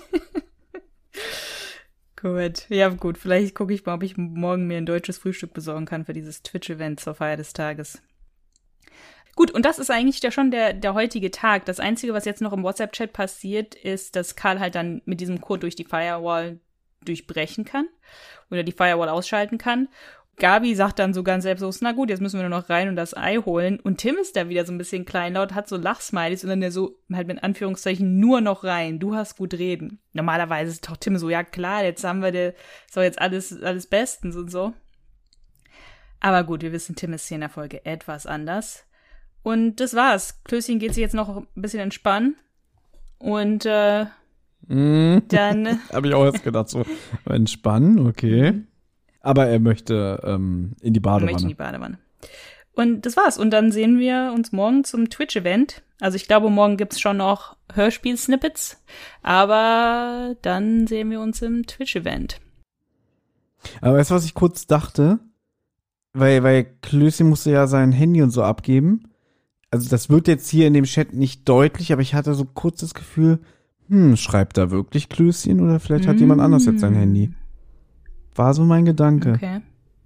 Gut, ja gut, vielleicht gucke ich mal, ob ich morgen mir ein deutsches Frühstück besorgen kann für dieses Twitch-Event zur Feier des Tages. Gut, und das ist eigentlich ja schon der, der heutige Tag. Das Einzige, was jetzt noch im WhatsApp-Chat passiert, ist, dass Karl halt dann mit diesem Code durch die Firewall durchbrechen kann oder die Firewall ausschalten kann. Gabi sagt dann so ganz selbstlos, na gut, jetzt müssen wir nur noch rein und das Ei holen. Und Tim ist da wieder so ein bisschen kleinlaut, hat so Lachsmilies und dann der so halt mit Anführungszeichen nur noch rein. Du hast gut reden. Normalerweise ist doch Tim so, ja klar, jetzt haben wir der, so jetzt alles, alles bestens und so. Aber gut, wir wissen, Tim ist hier in der Folge etwas anders. Und das war's. Klößchen geht sich jetzt noch ein bisschen entspannen. Und äh, Mm. dann Habe ich auch erst gedacht, so entspannen, okay. Aber er möchte ähm, in die Badewanne. möchte in die Badewanne. Und das war's. Und dann sehen wir uns morgen zum Twitch-Event. Also ich glaube, morgen gibt's schon noch Hörspiel-Snippets. Aber dann sehen wir uns im Twitch-Event. Aber weißt du, was ich kurz dachte? Weil, weil Klößchen musste ja sein Handy und so abgeben. Also das wird jetzt hier in dem Chat nicht deutlich, aber ich hatte so kurz das Gefühl, hm, schreibt da wirklich Klößchen oder vielleicht hat Mm. jemand anders jetzt sein Handy. War so mein Gedanke. Okay.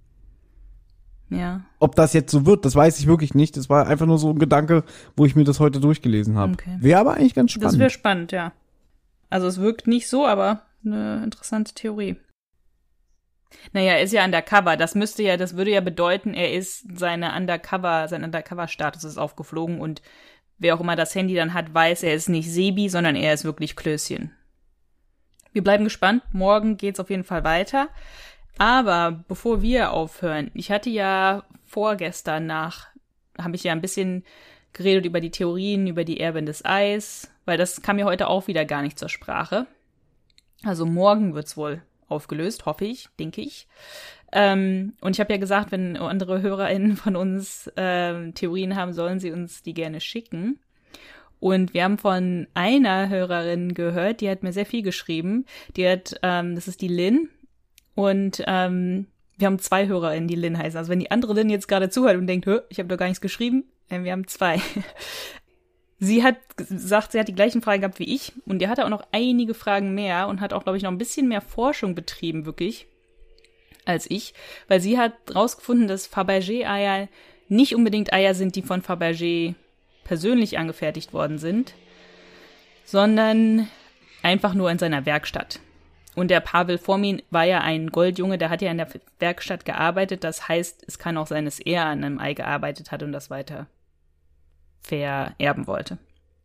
Ja, Ob das jetzt so wird, das weiß ich wirklich nicht. Das war einfach nur so ein Gedanke, wo ich mir das heute durchgelesen habe. Okay. Wäre aber eigentlich ganz das spannend. wäre spannend, ja. Also es wirkt nicht so, aber eine interessante Theorie. Naja, er ist ja undercover. Das müsste ja, das würde ja bedeuten, er ist seine Undercover, sein Undercover-Status ist aufgeflogen und wer auch immer das Handy dann hat, weiß, er ist nicht Sebi, sondern er ist wirklich Klößchen. Wir bleiben gespannt. Morgen geht's auf jeden Fall weiter. Aber bevor wir aufhören, ich hatte ja vorgestern nach, habe ich ja ein bisschen geredet über die Theorien, über die Erbin des Eis, weil das kam ja heute auch wieder gar nicht zur Sprache. Also morgen wird's wohl aufgelöst, hoffe ich, denke ich. Ähm, und ich habe ja gesagt, wenn andere HörerInnen von uns äh, Theorien haben, sollen sie uns die gerne schicken. Und wir haben von einer Hörerin gehört, die hat mir sehr viel geschrieben. Die hat, ähm, das ist die Lynn. Und ähm, wir haben zwei HörerInnen, die Lynn heißen. Also wenn die andere Lynn jetzt gerade zuhört und denkt, ich habe doch gar nichts geschrieben, äh, wir haben zwei. Sie hat gesagt, sie hat die gleichen Fragen gehabt wie ich. Und die hatte auch noch einige Fragen mehr und hat auch, glaube ich, noch ein bisschen mehr Forschung betrieben, wirklich, als ich, weil sie hat rausgefunden, dass Fabergé-Eier nicht unbedingt Eier sind, die von Fabergé persönlich angefertigt worden sind, sondern einfach nur in seiner Werkstatt. Und der Pavel Fomin war ja ein Goldjunge, der hat ja in der Werkstatt gearbeitet, das heißt, es kann auch sein, dass er an einem Ei gearbeitet hat und das weiter vererben wollte.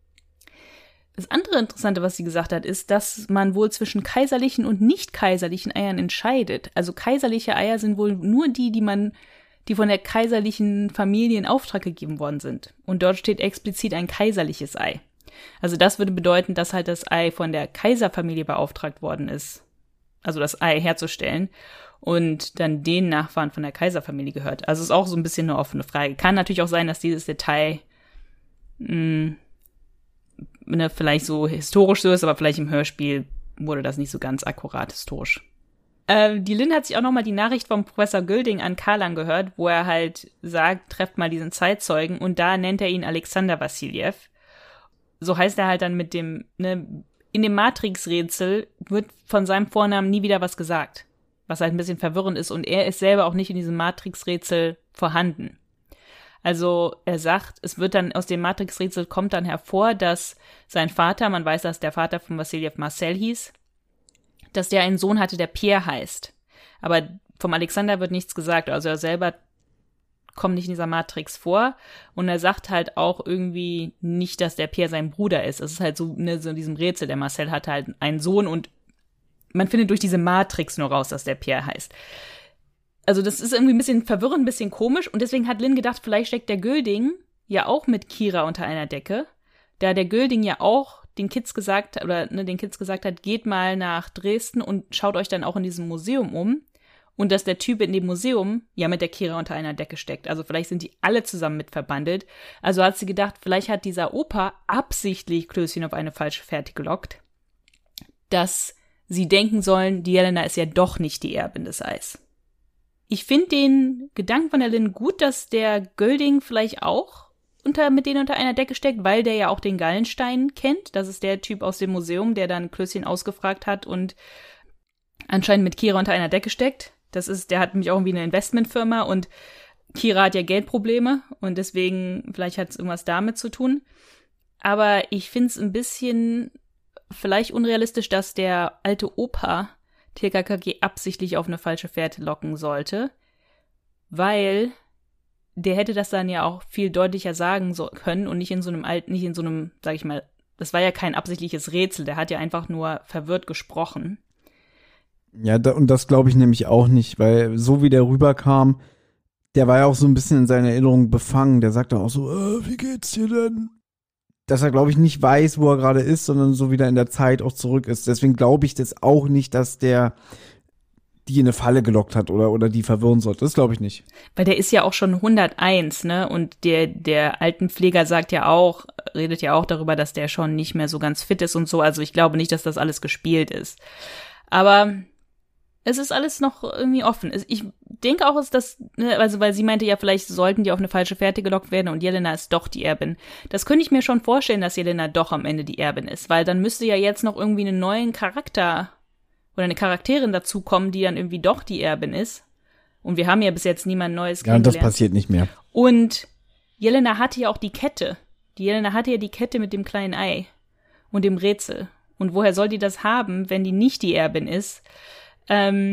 Das andere Interessante, was sie gesagt hat, ist, dass man wohl zwischen kaiserlichen und nicht kaiserlichen Eiern entscheidet. Also kaiserliche Eier sind wohl nur die, die man, die von der kaiserlichen Familie in Auftrag gegeben worden sind. Und dort steht explizit ein kaiserliches Ei. Also das würde bedeuten, dass halt das Ei von der Kaiserfamilie beauftragt worden ist, also das Ei herzustellen und dann den Nachfahren von der Kaiserfamilie gehört. Also ist auch so ein bisschen eine offene Frage. Kann natürlich auch sein, dass dieses Detail mh, Ne, vielleicht so historisch so ist, aber vielleicht im Hörspiel wurde das nicht so ganz akkurat historisch. Äh, die Lynn hat sich auch nochmal die Nachricht vom Professor Gülding an Karl angehört, wo er halt sagt, trefft mal diesen Zeitzeugen und da nennt er ihn Alexander Wassiljew. So heißt er halt dann mit dem, ne, in dem Matrix-Rätsel wird von seinem Vornamen nie wieder was gesagt, was halt ein bisschen verwirrend ist und er ist selber auch nicht in diesem Matrix-Rätsel vorhanden. Also er sagt, es wird dann aus dem Matrix-Rätsel kommt dann hervor, dass sein Vater, man weiß, dass der Vater von Wassiljew Marcel hieß, dass der einen Sohn hatte, der Pierre heißt. Aber vom Alexander wird nichts gesagt, also er selber kommt nicht in dieser Matrix vor und er sagt halt auch irgendwie nicht, dass der Pierre sein Bruder ist. Es ist halt so, ne, so in diesem Rätsel, der Marcel hatte halt einen Sohn und man findet durch diese Matrix nur raus, dass der Pierre heißt. Also das ist irgendwie ein bisschen verwirrend, ein bisschen komisch und deswegen hat Lynn gedacht, vielleicht steckt der Gülding ja auch mit Kira unter einer Decke, da der Gülding ja auch den Kids gesagt oder ne, den Kids gesagt hat, geht mal nach Dresden und schaut euch dann auch in diesem Museum um und dass der Typ in dem Museum ja mit der Kira unter einer Decke steckt. Also vielleicht sind die alle zusammen mit verbandelt. Also hat sie gedacht, vielleicht hat dieser Opa absichtlich Klößchen auf eine falsche Fährte gelockt, dass sie denken sollen, die Jelena ist ja doch nicht die Erbin des Eis. Ich finde den Gedanken von der Lynn gut, dass der Gülding vielleicht auch unter, mit denen unter einer Decke steckt, weil der ja auch den Gallenstein kennt. Das ist der Typ aus dem Museum, der dann Klößchen ausgefragt hat und anscheinend mit Kira unter einer Decke steckt. Das ist, der hat nämlich auch irgendwie eine Investmentfirma und Kira hat ja Geldprobleme und deswegen, vielleicht hat es irgendwas damit zu tun. Aber ich finde es ein bisschen vielleicht unrealistisch, dass der alte Opa T K K G absichtlich auf eine falsche Fährte locken sollte, weil der hätte das dann ja auch viel deutlicher sagen so können und nicht in so einem alten, nicht in so einem, sag ich mal, das war ja kein absichtliches Rätsel, der hat ja einfach nur verwirrt gesprochen. Ja, da, und das glaube ich nämlich auch nicht, weil so wie der rüberkam, der war ja auch so ein bisschen in seiner Erinnerung befangen, der sagte auch so, äh, wie geht's dir denn? Dass er, glaube ich, nicht weiß, wo er gerade ist, sondern so wieder in der Zeit auch zurück ist. Deswegen glaube ich das auch nicht, dass der die in eine Falle gelockt hat oder oder die verwirren sollte. Das glaube ich nicht. Weil der ist ja auch schon hunderteins, ne? Und der der Altenpfleger sagt ja auch, redet ja auch darüber, dass der schon nicht mehr so ganz fit ist und so. Also ich glaube nicht, dass das alles gespielt ist. Aber es ist alles noch irgendwie offen. Ich denke auch, dass, also weil sie meinte ja, vielleicht sollten die auf eine falsche Fährte gelockt werden und Jelena ist doch die Erbin. Das könnte ich mir schon vorstellen, dass Jelena doch am Ende die Erbin ist, weil dann müsste ja jetzt noch irgendwie einen neuen Charakter oder eine Charakterin dazukommen, die dann irgendwie doch die Erbin ist. Und wir haben ja bis jetzt niemand Neues kennengelernt. Ja, und das passiert nicht mehr. Und Jelena hatte ja auch die Kette. Die Jelena hatte ja die Kette mit dem kleinen Ei und dem Rätsel. Und woher soll die das haben, wenn die nicht die Erbin ist? Ähm,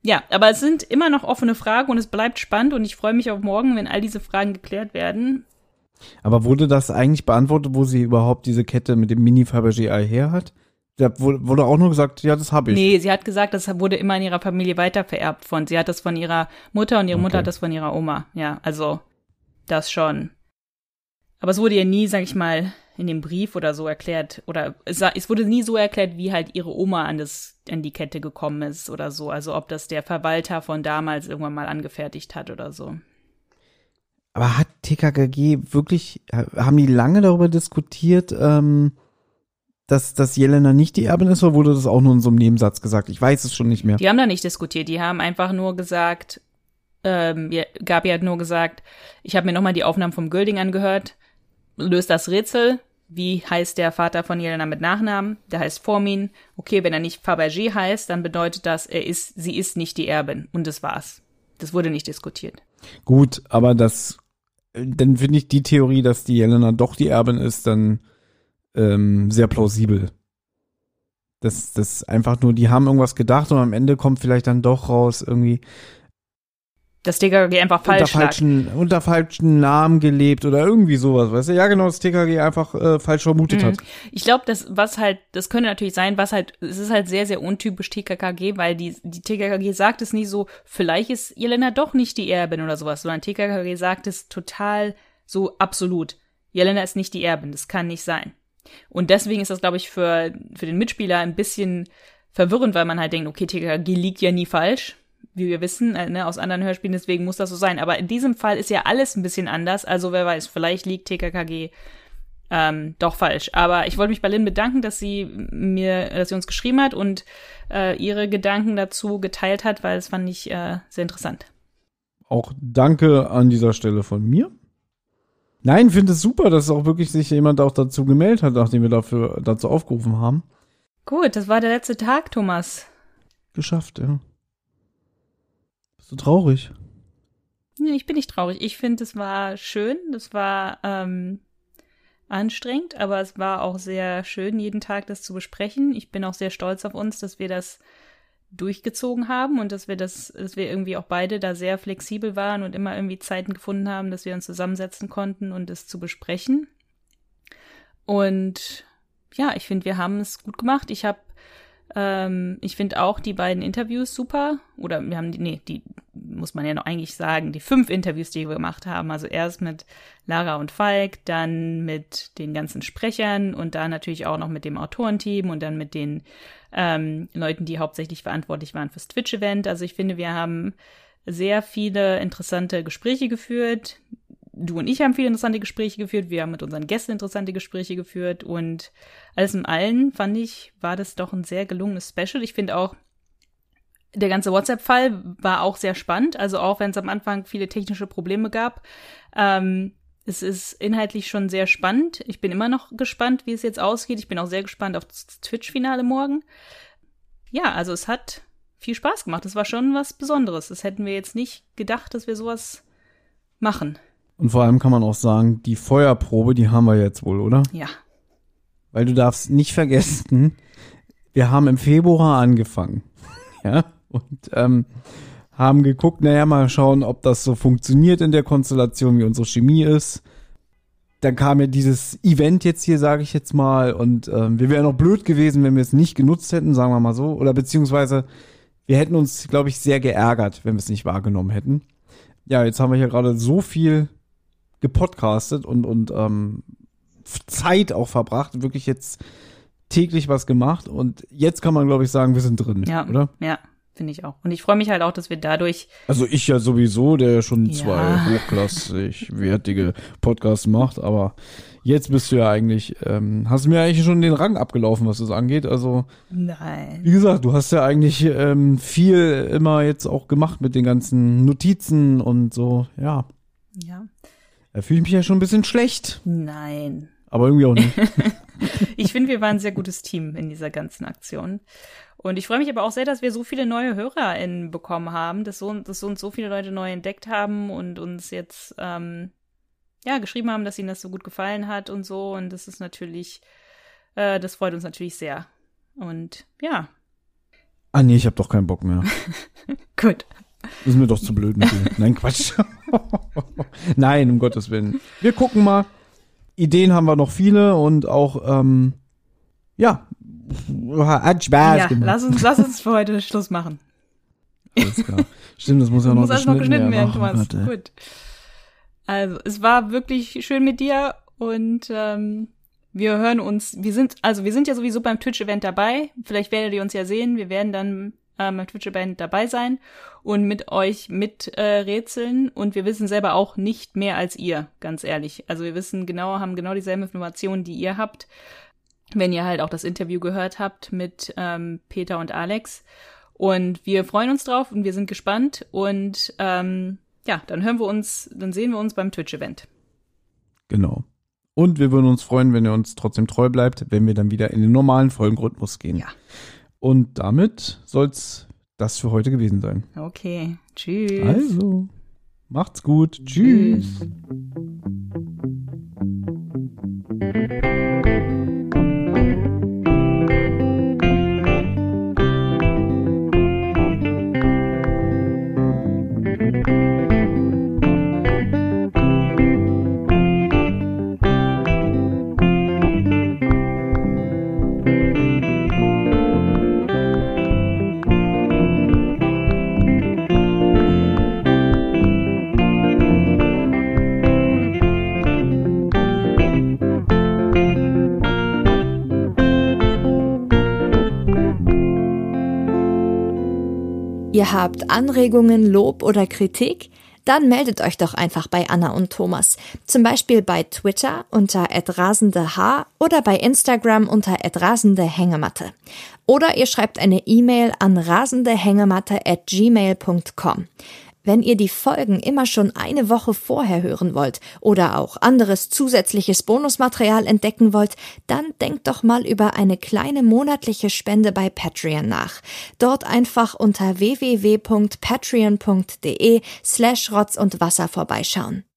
Ja, aber es sind immer noch offene Fragen und es bleibt spannend und ich freue mich auf morgen, wenn all diese Fragen geklärt werden. Aber wurde das eigentlich beantwortet, wo sie überhaupt diese Kette mit dem Mini-Fabergé-Ei her hat? Da wurde auch nur gesagt, ja, das habe ich. Nee, sie hat gesagt, das wurde immer in ihrer Familie weitervererbt von. Sie hat das von ihrer Mutter und ihre okay. Mutter hat das von ihrer Oma. Ja, also das schon. Aber es wurde ihr nie, sag ich mal, in dem Brief oder so erklärt, oder es, es wurde nie so erklärt, wie halt ihre Oma an das, an die Kette gekommen ist oder so. Also ob das der Verwalter von damals irgendwann mal angefertigt hat oder so. Aber hat T K K G wirklich, haben die lange darüber diskutiert, ähm, dass, dass Jelena nicht die Erbin ist, oder wurde das auch nur in so einem Nebensatz gesagt? Ich weiß es schon nicht mehr. Die haben da nicht diskutiert, die haben einfach nur gesagt, ähm, Gabi hat nur gesagt, ich habe mir nochmal die Aufnahmen vom Gölding angehört, löst das Rätsel, wie heißt der Vater von Jelena mit Nachnamen? Der heißt Formin. Okay, wenn er nicht Fabergé heißt, dann bedeutet das, er ist, sie ist nicht die Erbin. Und das war's. Das wurde nicht diskutiert. Gut, aber das, dann finde ich die Theorie, dass die Jelena doch die Erbin ist, dann ähm, sehr plausibel. Das, das einfach nur, die haben irgendwas gedacht und am Ende kommt vielleicht dann doch raus irgendwie, das T K K G einfach falsch unter falschen, unter falschen Namen gelebt oder irgendwie sowas, weißt du? Ja, genau, das T K K G einfach äh, falsch vermutet mhm. hat. Ich glaube, das, was halt, das könnte natürlich sein, was halt, es ist halt sehr, sehr untypisch T K K G, weil die, die T K K G sagt es nie so, vielleicht ist Jelena doch nicht die Erbin oder sowas, sondern T K K G sagt es total so absolut. Jelena ist nicht die Erbin, das kann nicht sein. Und deswegen ist das, glaube ich, für, für den Mitspieler ein bisschen verwirrend, weil man halt denkt, okay, T K K G liegt ja nie falsch, wie wir wissen, äh, ne, aus anderen Hörspielen, deswegen muss das so sein. Aber in diesem Fall ist ja alles ein bisschen anders, also wer weiß, vielleicht liegt T K K G ähm, doch falsch. Aber ich wollte mich bei Lynn bedanken, dass sie mir, dass sie uns geschrieben hat und äh, ihre Gedanken dazu geteilt hat, weil das fand ich äh, sehr interessant. Auch danke an dieser Stelle von mir. Nein, finde es super, dass auch wirklich sich jemand auch dazu gemeldet hat, nachdem wir dafür dazu aufgerufen haben. Gut, das war der letzte Tag, Thomas. Geschafft, ja. Bist du traurig? Nee, ich bin nicht traurig. Ich finde, es war schön, es war ähm, anstrengend, aber es war auch sehr schön, jeden Tag das zu besprechen. Ich bin auch sehr stolz auf uns, dass wir das durchgezogen haben und dass wir das, dass wir irgendwie auch beide da sehr flexibel waren und immer irgendwie Zeiten gefunden haben, dass wir uns zusammensetzen konnten und es zu besprechen. Und ja, ich finde, wir haben es gut gemacht. Ich habe, ähm, ich finde auch die beiden Interviews super. Oder wir haben die, nee, die muss man ja noch eigentlich sagen, die fünf Interviews, die wir gemacht haben. Also erst mit Lara und Falk, dann mit den ganzen Sprechern und dann natürlich auch noch mit dem Autorenteam und dann mit den ähm, Leuten, die hauptsächlich verantwortlich waren fürs Twitch-Event. Also ich finde, wir haben sehr viele interessante Gespräche geführt. Du und ich haben viele interessante Gespräche geführt. Wir haben mit unseren Gästen interessante Gespräche geführt. Und alles in allem, fand ich, war das doch ein sehr gelungenes Special. Ich finde auch, der ganze WhatsApp-Fall war auch sehr spannend. Also auch, wenn es am Anfang viele technische Probleme gab. Ähm, es ist inhaltlich schon sehr spannend. Ich bin immer noch gespannt, wie es jetzt ausgeht. Ich bin auch sehr gespannt auf das Twitch-Finale morgen. Ja, also es hat viel Spaß gemacht. Es war schon was Besonderes. Das hätten wir jetzt nicht gedacht, dass wir sowas machen. Und vor allem kann man auch sagen, die Feuerprobe, die haben wir jetzt wohl, oder? Ja. Weil du darfst nicht vergessen, wir haben im Februar angefangen. Ja, und ähm, haben geguckt, naja, mal schauen, ob das so funktioniert in der Konstellation, wie unsere Chemie ist. Dann kam ja dieses Event jetzt hier, sage ich jetzt mal, und ähm, wir wären auch blöd gewesen, wenn wir es nicht genutzt hätten, sagen wir mal so. Oder beziehungsweise, wir hätten uns, glaube ich, sehr geärgert, wenn wir es nicht wahrgenommen hätten. Ja, jetzt haben wir hier gerade so viel gepodcastet und, und ähm, Zeit auch verbracht, wirklich jetzt täglich was gemacht und jetzt kann man, glaube ich, sagen, wir sind drin, ja, oder? Ja, finde ich auch. Und ich freue mich halt auch, dass wir dadurch... Also ich ja sowieso, der ja schon ja. zwei hochklassig wertige Podcasts macht, aber jetzt bist du ja eigentlich, ähm, hast mir eigentlich schon den Rang abgelaufen, was das angeht, also nein. Wie gesagt, du hast ja eigentlich ähm, viel immer jetzt auch gemacht mit den ganzen Notizen und so, ja. Ja. Da fühle ich mich ja schon ein bisschen schlecht. Nein. Aber irgendwie auch nicht. Ich finde, wir waren ein sehr gutes Team in dieser ganzen Aktion. Und ich freue mich aber auch sehr, dass wir so viele neue HörerInnen bekommen haben, dass, so, dass uns so viele Leute neu entdeckt haben und uns jetzt ähm, ja geschrieben haben, dass ihnen das so gut gefallen hat und so. Und das ist natürlich, äh, das freut uns natürlich sehr. Und ja. Ah nee, ich habe doch keinen Bock mehr. Gut. Das ist mir doch zu blöd mit dir. Nein, Quatsch. Nein, um Gottes Willen. Wir gucken mal. Ideen haben wir noch viele und auch, ähm, ja, hat Spaß Ja, gemacht. lass uns, lass uns für heute Schluss machen. Alles klar. Stimmt, das muss ja noch Muss alles noch geschnitten werden, Ach, Thomas. Gott, ey. Gut. Also, es war wirklich schön mit dir und ähm, wir hören uns, wir sind, also wir sind ja sowieso beim Twitch-Event dabei. Vielleicht werdet ihr uns ja sehen. Wir werden dann ähm, beim Twitch-Event dabei sein und mit euch mit äh, rätseln. Und wir wissen selber auch nicht mehr als ihr, ganz ehrlich. Also wir wissen genau, haben genau dieselben Informationen, die ihr habt, wenn ihr halt auch das Interview gehört habt mit ähm, Peter und Alex. Und wir freuen uns drauf und wir sind gespannt. Und ähm, ja, dann hören wir uns, dann sehen wir uns beim Twitch-Event. Genau. Und wir würden uns freuen, wenn ihr uns trotzdem treu bleibt, wenn wir dann wieder in den normalen Folgenrhythmus gehen. Ja. Und damit soll's das für heute gewesen sein. Okay. Tschüss. Also, macht's gut. Tschüss. Tschüss. Ihr habt Anregungen, Lob oder Kritik? Dann meldet euch doch einfach bei Anna und Thomas. Zum Beispiel bei Twitter unter at rasendeh oder bei Instagram unter at rasendehängematte. Oder ihr schreibt eine E-Mail an rasendehängematte at gmail punkt com. Wenn ihr die Folgen immer schon eine Woche vorher hören wollt oder auch anderes zusätzliches Bonusmaterial entdecken wollt, dann denkt doch mal über eine kleine monatliche Spende bei Patreon nach. Dort einfach unter w w w punkt patreon punkt de slash rotz und wasser vorbeischauen.